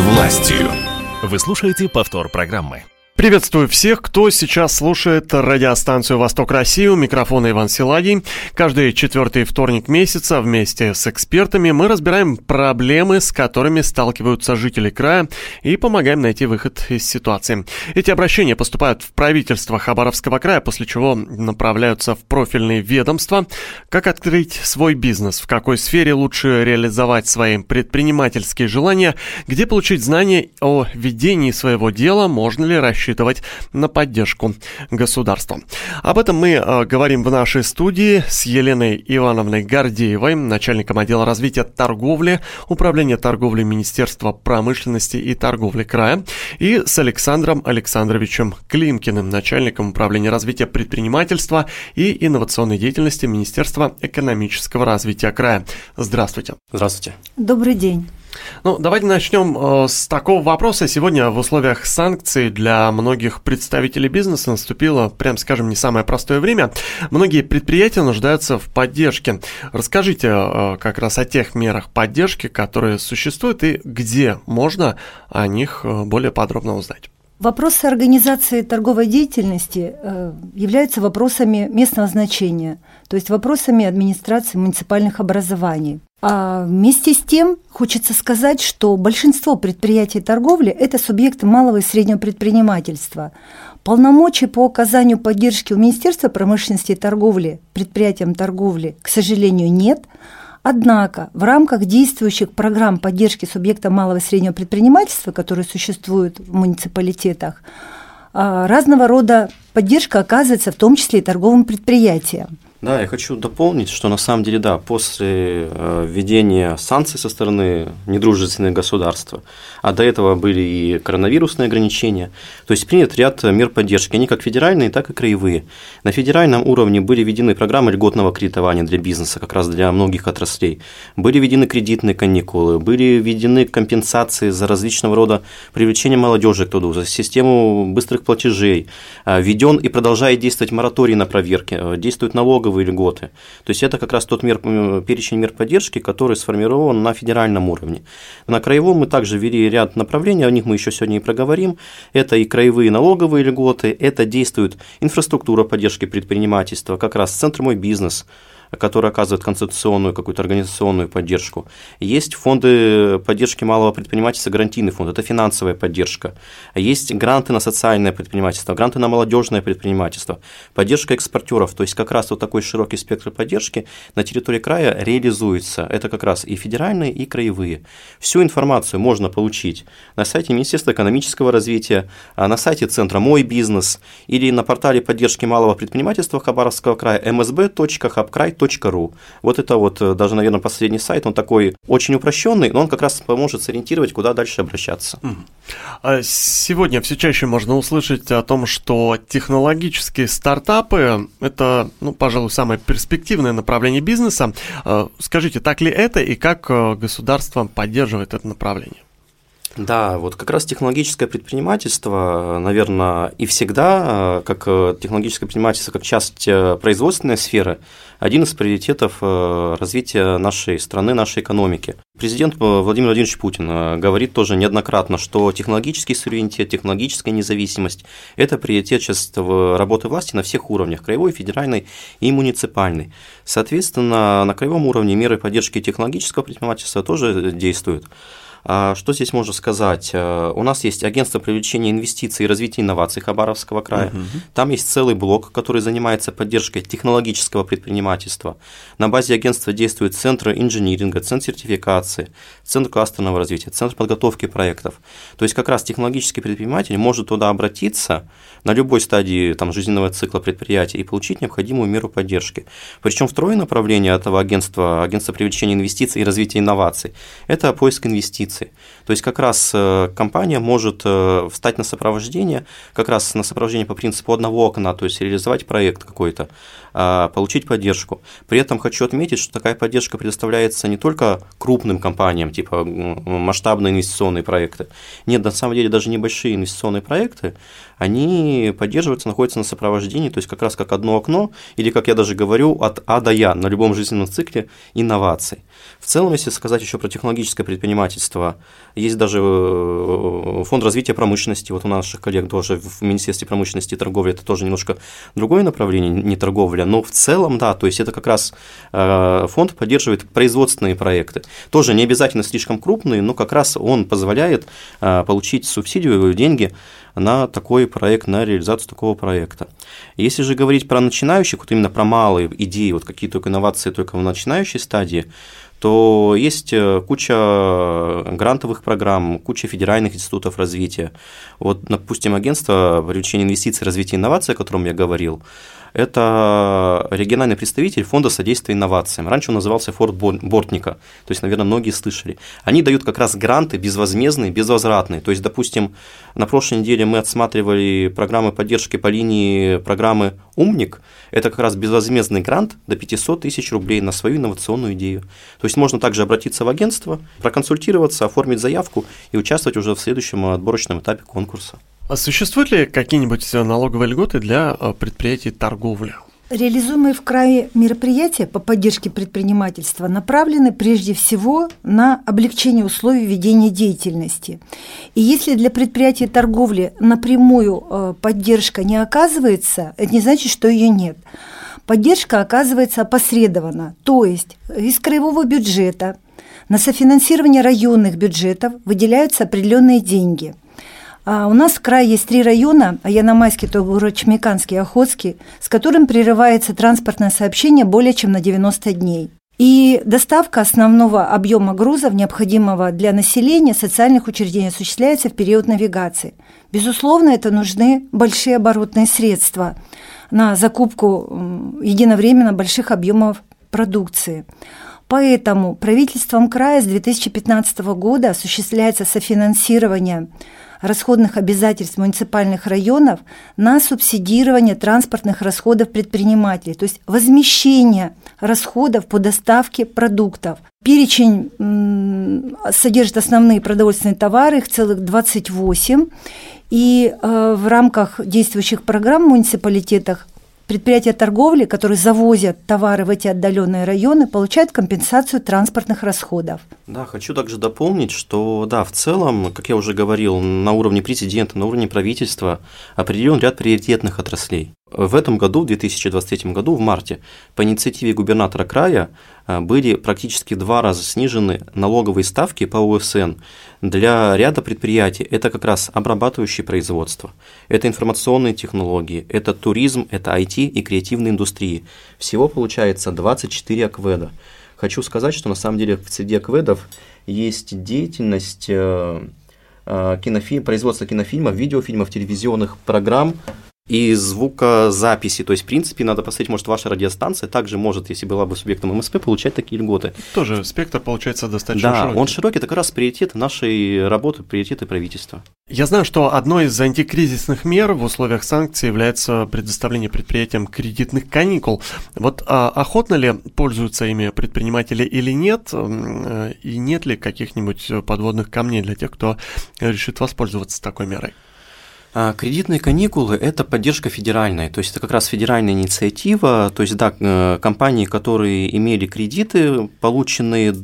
властью. Вы слушаете повтор программы. Приветствую всех, кто сейчас слушает радиостанцию «Восток России». У микрофона Иван Силадий. Каждый четвертый вторник месяца вместе с экспертами мы разбираем проблемы, с которыми сталкиваются жители края, и помогаем найти выход из ситуации. Эти обращения поступают в правительство Хабаровского края, после чего направляются в профильные ведомства. Как открыть свой бизнес, в какой сфере лучше реализовать свои предпринимательские желания, где получить знания о ведении своего дела, можно ли рассчитывать на поддержку государства. Об этом мы говорим в нашей студии с Еленой Ивановной Гордеевой, начальником отдела развития торговли, управления торговли Министерства промышленности и торговли края, и с Александром Александровичем Климкиным, начальником управления развития предпринимательства и инновационной деятельности Министерства экономического развития края. Здравствуйте. Здравствуйте. Добрый день. Давайте начнем с такого вопроса. Сегодня в условиях санкций для многих представителей бизнеса наступило, прям скажем, не самое простое время. Многие предприятия нуждаются в поддержке. Расскажите как раз о тех мерах поддержки, которые существуют, и где можно о них более подробно узнать. Вопросы организации торговой деятельности являются вопросами местного значения, то есть вопросами администрации муниципальных образований. А вместе с тем хочется сказать, что большинство предприятий торговли – это субъекты малого и среднего предпринимательства. Полномочий по оказанию поддержки у Министерства промышленности и торговли предприятиям торговли, к сожалению, нет. Однако в рамках действующих программ поддержки субъекта малого и среднего предпринимательства, которые существуют в муниципалитетах, разного рода поддержка оказывается в том числе и торговым предприятиям. Да, я хочу дополнить, что на самом деле, да, после введения санкций со стороны недружественных государств, а до этого были и коронавирусные ограничения, то есть принят ряд мер поддержки, они как федеральные, так и краевые. На федеральном уровне были введены программы льготного кредитования для бизнеса, как раз для многих отраслей, были введены кредитные каникулы, были введены компенсации за различного рода привлечение молодежи к труду, за систему быстрых платежей, введен и продолжает действовать мораторий на проверки, действуют налоговые льготы. То есть это как раз тот перечень мер поддержки, который сформирован на федеральном уровне. На краевом мы также ввели ряд направлений, о них мы еще сегодня и проговорим. Это и краевые налоговые льготы, это действует инфраструктура поддержки предпринимательства, как раз Центр «Мой бизнес», который оказывает концептуальную какую-то организационную поддержку. Есть фонды поддержки малого предпринимательства, гарантийный фонд, это финансовая поддержка. Есть гранты на социальное предпринимательство, гранты на молодежное предпринимательство, поддержка экспортеров, то есть как раз вот такой широкий спектр поддержки на территории края реализуется. Это как раз и федеральные, и краевые. Всю информацию можно получить на сайте Министерства экономического развития, на сайте Центра «Мой бизнес» или на портале поддержки малого предпринимательства Хабаровского края msb.habkray.ru. Вот это вот даже, наверное, последний сайт, он такой очень упрощенный, но он как раз поможет сориентировать, куда дальше обращаться. Сегодня все чаще можно услышать о том, что технологические стартапы – это, пожалуй, самое перспективное направление бизнеса. Скажите, так ли это и как государство поддерживает это направление? Да, вот как раз технологическое предпринимательство, наверное, и всегда, как технологическое предпринимательство, как часть производственной сферы, один из приоритетов развития нашей страны, нашей экономики. Президент Владимир Владимирович Путин говорит тоже неоднократно, что технологический суверенитет, технологическая независимость – это приоритет сейчас работы власти на всех уровнях – краевой, федеральной и муниципальной. Соответственно, на краевом уровне меры поддержки технологического предпринимательства тоже действуют. Что здесь можно сказать? У нас есть агентство привлечения инвестиций и развития инноваций Хабаровского края. Там есть целый блок, который занимается поддержкой технологического предпринимательства. На базе агентства действуют центры инжиниринга, центр сертификации, центр кластерного развития, центр подготовки проектов. То есть как раз технологический предприниматель может туда обратиться на любой стадии жизненного цикла предприятия и получить необходимую меру поддержки. Причем второе направление этого агентства привлечения инвестиций и развития инноваций – это поиск инвестиций. То есть как раз компания может встать на сопровождение, как раз на сопровождение по принципу одного окна, то есть реализовать проект какой-то, получить поддержку. При этом хочу отметить, что такая поддержка предоставляется не только крупным компаниям, типа масштабные инвестиционные проекты. Нет, на самом деле даже небольшие инвестиционные проекты, они поддерживаются, находятся на сопровождении, то есть как раз как одно окно, или, как я даже говорю, от А до Я на любом жизненном цикле инноваций. В целом, если сказать еще про технологическое предпринимательство, агентства, есть даже фонд развития промышленности, вот у наших коллег тоже в Министерстве промышленности и торговли, это тоже немножко другое направление, не торговля, но в целом, да, то есть это как раз фонд поддерживает производственные проекты, тоже не обязательно слишком крупные, но как раз он позволяет получить субсидию, деньги на такой проект, на реализацию такого проекта. Если же говорить про начинающих, вот именно про малые идеи, вот какие только инновации только в начинающей стадии, то есть куча грантовых программ, куча федеральных институтов развития. Вот, допустим, агентство привлечения инвестиций, развития и инноваций, о котором я говорил, это региональный представитель фонда содействия инновациям. Раньше он назывался фонд Бортника, то есть, наверное, многие слышали. Они дают как раз гранты безвозмездные, безвозвратные. То есть, допустим, на прошлой неделе мы отсматривали программы поддержки по линии программы «Умник». Это как раз безвозмездный грант до 500 тысяч рублей на свою инновационную идею. То есть, можно также обратиться в агентство, проконсультироваться, оформить заявку и участвовать уже в следующем отборочном этапе конкурса. А существуют ли какие-нибудь налоговые льготы для предприятий торговли? Реализуемые в крае мероприятия по поддержке предпринимательства направлены прежде всего на облегчение условий ведения деятельности. И если для предприятий торговли напрямую поддержка не оказывается, это не значит, что ее нет. Поддержка оказывается опосредованно, то есть из краевого бюджета на софинансирование районных бюджетов выделяются определенные деньги. У нас в крае есть 3 района: Аяна-Майский, Тогурочмеканский и Охотский, с которым прерывается транспортное сообщение более чем на 90 дней. И доставка основного объема грузов, необходимого для населения социальных учреждений, осуществляется в период навигации. Безусловно, это нужны большие оборотные средства на закупку единовременно больших объемов продукции. Поэтому правительством края с 2015 года осуществляется софинансирование расходных обязательств муниципальных районов на субсидирование транспортных расходов предпринимателей, то есть возмещение расходов по доставке продуктов. Перечень содержит основные продовольственные товары, их целых 28, и в рамках действующих программ в муниципалитетах предприятия торговли, которые завозят товары в эти отдаленные районы, получают компенсацию транспортных расходов. Да, хочу также дополнить, что да, в целом, как я уже говорил, на уровне президента, на уровне правительства определен ряд приоритетных отраслей. В этом году, в 2023 году, в марте, по инициативе губернатора края были практически в 2 раза снижены налоговые ставки по УСН для ряда предприятий. Это как раз обрабатывающее производство, это информационные технологии, это туризм, это IT и креативные индустрии. Всего получается 24 АКВЭДа. Хочу сказать, что на самом деле среди АКВЭДов есть деятельность производства кинофильмов, видеофильмов, телевизионных программ и звукозаписи. То есть, в принципе, надо посмотреть, может, ваша радиостанция также может, если была бы субъектом МСП, получать такие льготы. Тоже спектр получается достаточно широкий. Да, он широкий, это как раз приоритет нашей работы, приоритеты правительства. Я знаю, что одной из антикризисных мер в условиях санкций является предоставление предприятиям кредитных каникул. Вот охотно ли пользуются ими предприниматели или нет? И нет ли каких-нибудь подводных камней для тех, кто решит воспользоваться такой мерой? Кредитные каникулы – это поддержка федеральная, то есть это как раз федеральная инициатива, то есть да, компании, которые имели кредиты, полученные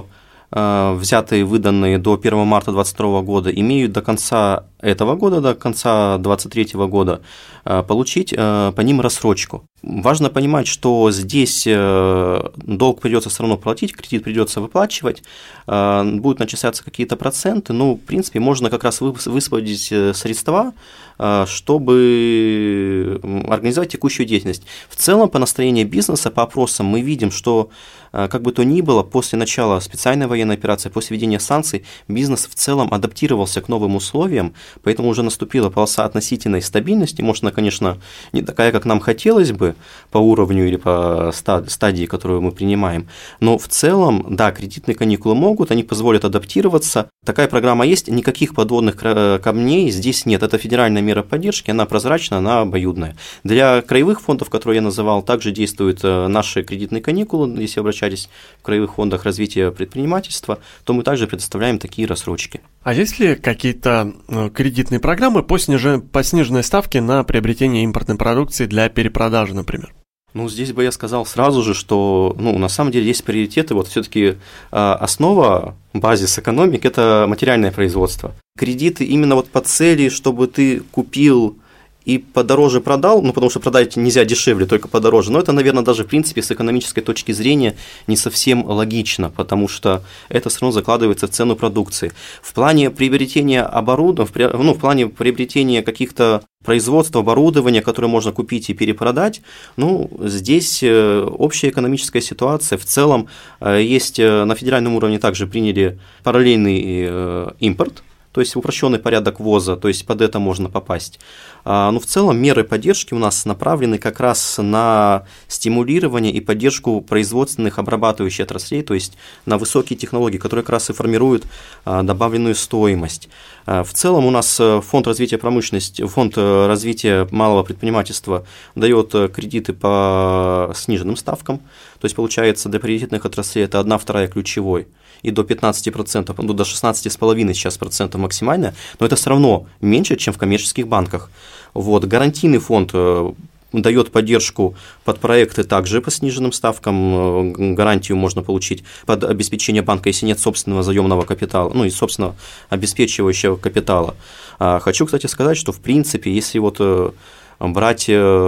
взятые, выданные до 1 марта 2022 года, имеют до конца этого года, до конца 2023 года получить по ним рассрочку. Важно понимать, что здесь долг придется все равно платить, кредит придется выплачивать, будут начисляться какие-то проценты, но, в принципе, можно как раз высвободить средства, чтобы организовать текущую деятельность. В целом, по настроению бизнеса, по опросам мы видим, что, как бы то ни было, после начала специальной военной операции, после введения санкций, бизнес в целом адаптировался к новым условиям, поэтому уже наступила полоса относительной стабильности, может, она, конечно, не такая, как нам хотелось бы по уровню или по стадии, которую мы принимаем, но в целом, да, кредитные каникулы могут, они позволят адаптироваться. Такая программа есть, никаких подводных камней здесь нет, это федеральная мера поддержки, она прозрачна, она обоюдная. Для краевых фондов, которые я называл, также действуют наши кредитные каникулы, если обращались в краевых фондах развития предпринимательства, то мы также предоставляем такие рассрочки. А есть ли какие-то кредитные программы по сниженной ставке на приобретение импортной продукции для перепродажи, например? Ну, здесь бы я сказал сразу же, что, на самом деле есть приоритеты. Вот все-таки основа, базис экономики – это материальное производство. Кредиты именно вот по цели, чтобы ты купил и подороже продал, потому что продать нельзя дешевле, только подороже. Но это, наверное, даже в принципе с экономической точки зрения не совсем логично, потому что это все равно закладывается в цену продукции. В плане приобретения оборудования, в плане приобретения каких-то производств, оборудования, которое можно купить и перепродать, здесь общая экономическая ситуация. В целом есть на федеральном уровне также приняли параллельный импорт, то есть упрощенный порядок ввоза, то есть под это можно попасть. Но в целом меры поддержки у нас направлены как раз на стимулирование и поддержку производственных обрабатывающих отраслей, то есть на высокие технологии, которые как раз и формируют добавленную стоимость. В целом у нас фонд развития промышленности, фонд развития малого предпринимательства дает кредиты по сниженным ставкам, то есть получается для приоритетных отраслей это 1/2 ключевой, и до 15%, до 16,5% сейчас процентов максимально, но это все равно меньше, чем в коммерческих банках. Гарантийный фонд дает поддержку под проекты также по сниженным ставкам, гарантию можно получить под обеспечение банка, если нет собственного заемного капитала, и собственного обеспечивающего капитала. Хочу, кстати, сказать, что в принципе, если брать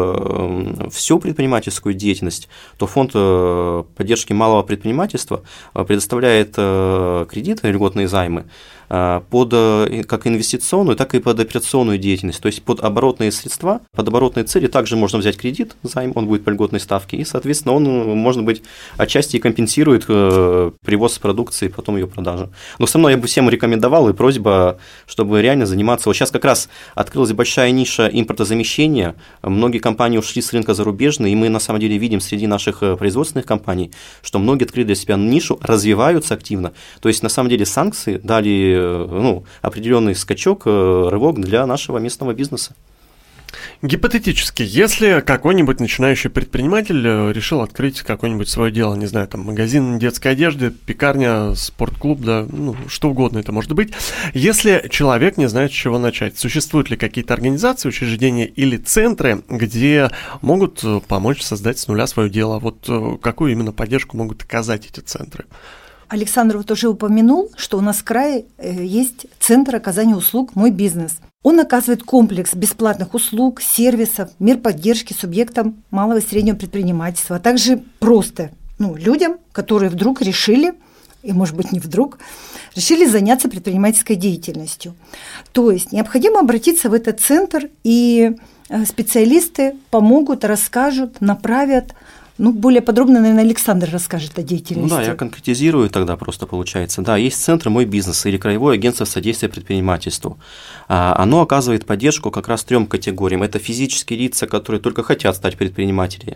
всю предпринимательскую деятельность, то фонд поддержки малого предпринимательства предоставляет кредиты, льготные займы под как инвестиционную, так и под операционную деятельность, то есть под оборотные средства, под оборотные цели также можно взять кредит, займ, он будет по льготной ставке, и, соответственно, он, может быть, отчасти и компенсирует привоз продукции, потом ее продажу. Но все равно я бы всем рекомендовал, и просьба, чтобы реально заниматься. Вот сейчас как раз открылась большая ниша импортозамещения, многие компании ушли с рынка зарубежные, и мы на самом деле видим среди наших производственных компаний, что многие открыли для себя нишу, развиваются активно. То есть, на самом деле, санкции дали определенный скачок, рывок для нашего местного бизнеса. Гипотетически, если какой-нибудь начинающий предприниматель решил открыть какое-нибудь свое дело, не знаю, там магазин детской одежды, пекарня, спортклуб, да, что угодно это может быть. Если человек не знает, с чего начать, существуют ли какие-то организации, учреждения или центры, где могут помочь создать с нуля свое дело? Какую именно поддержку могут оказать эти центры? Александр уже упомянул, что у нас в крае есть Центр оказания услуг «Мой бизнес». Он оказывает комплекс бесплатных услуг, сервисов, мер поддержки субъектам малого и среднего предпринимательства, а также просто людям, которые вдруг решили, и, может быть, не вдруг, решили заняться предпринимательской деятельностью. То есть необходимо обратиться в этот центр, и специалисты помогут, расскажут, направят. Более подробно, наверное, Александр расскажет о деятельности. Я конкретизирую тогда просто получается. Да, есть центр «Мой бизнес» или Краевое агентство содействия предпринимательству. Оно оказывает поддержку как раз 3 категориям. Это физические лица, которые только хотят стать предпринимателями.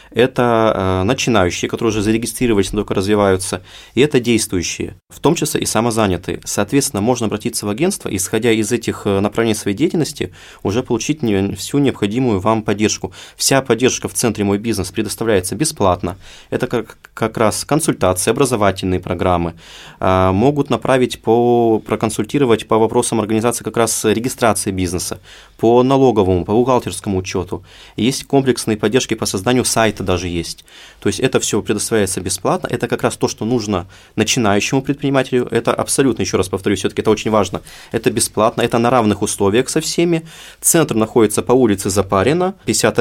Это начинающие, которые уже зарегистрировались, но только развиваются. И это действующие, в том числе и самозанятые. Соответственно, можно обратиться в агентство, исходя из этих направлений своей деятельности, уже получить всю необходимую вам поддержку. Вся поддержка в центре «Мой бизнес» предоставляется бесплатно. Это как раз консультации, образовательные программы. Могут направить проконсультировать по вопросам организации как раз регистрации бизнеса, по налоговому, по бухгалтерскому учету. Есть комплексные поддержки по созданию сайта даже есть. То есть это все предоставляется бесплатно. Это как раз то, что нужно начинающему предпринимателю. Это абсолютно, еще раз повторюсь, все-таки это очень важно. Это бесплатно, это на равных условиях со всеми. Центр находится по улице Запарина,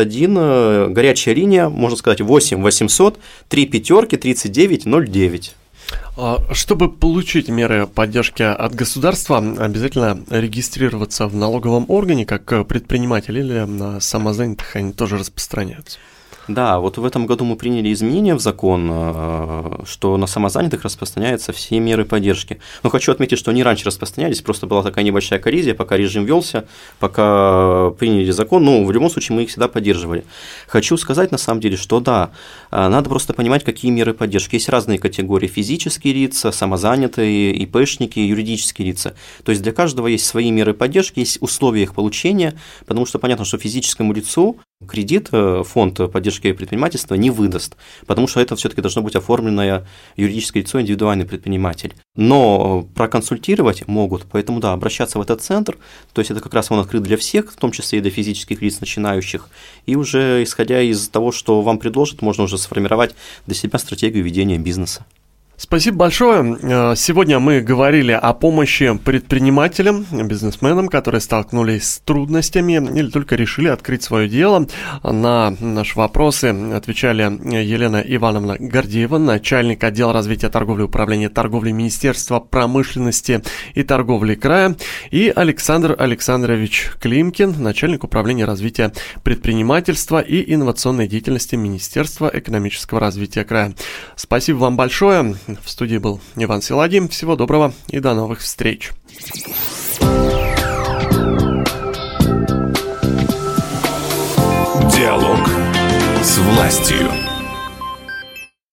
51, горячая линия, можно сказать, 8 800 35 39 09. Чтобы получить меры поддержки от государства, обязательно регистрироваться в налоговом органе как предприниматель, или на самозанятых они тоже распространяются? Да, в этом году мы приняли изменения в закон, что на самозанятых распространяются все меры поддержки. Но хочу отметить, что они раньше распространялись, просто была такая небольшая коллизия, пока режим велся, пока приняли закон, в любом случае мы их всегда поддерживали. Хочу сказать на самом деле, что да, надо просто понимать, какие меры поддержки. Есть разные категории: физические лица, самозанятые, ИПшники, юридические лица. То есть для каждого есть свои меры поддержки, есть условия их получения, потому что понятно, что физическому лицу кредит фонд поддержки предпринимательства не выдаст, потому что это все-таки должно быть оформленное юридическое лицо, индивидуальный предприниматель. Но проконсультировать могут, поэтому да, обращаться в этот центр, то есть это как раз он открыт для всех, в том числе и для физических лиц начинающих, и уже исходя из того, что вам предложат, можно уже сформировать для себя стратегию ведения бизнеса. Спасибо большое. Сегодня мы говорили о помощи предпринимателям, бизнесменам, которые столкнулись с трудностями или только решили открыть свое дело. На наши вопросы отвечали Елена Ивановна Гордеева, начальник отдела развития торговли Управления торговли Министерства промышленности и торговли края, и Александр Александрович Климкин, начальник управления развития предпринимательства и инновационной деятельности Министерства экономического развития края. Спасибо вам большое. В студии был Иван Силадий. Всего доброго и до новых встреч. Диалог с властью.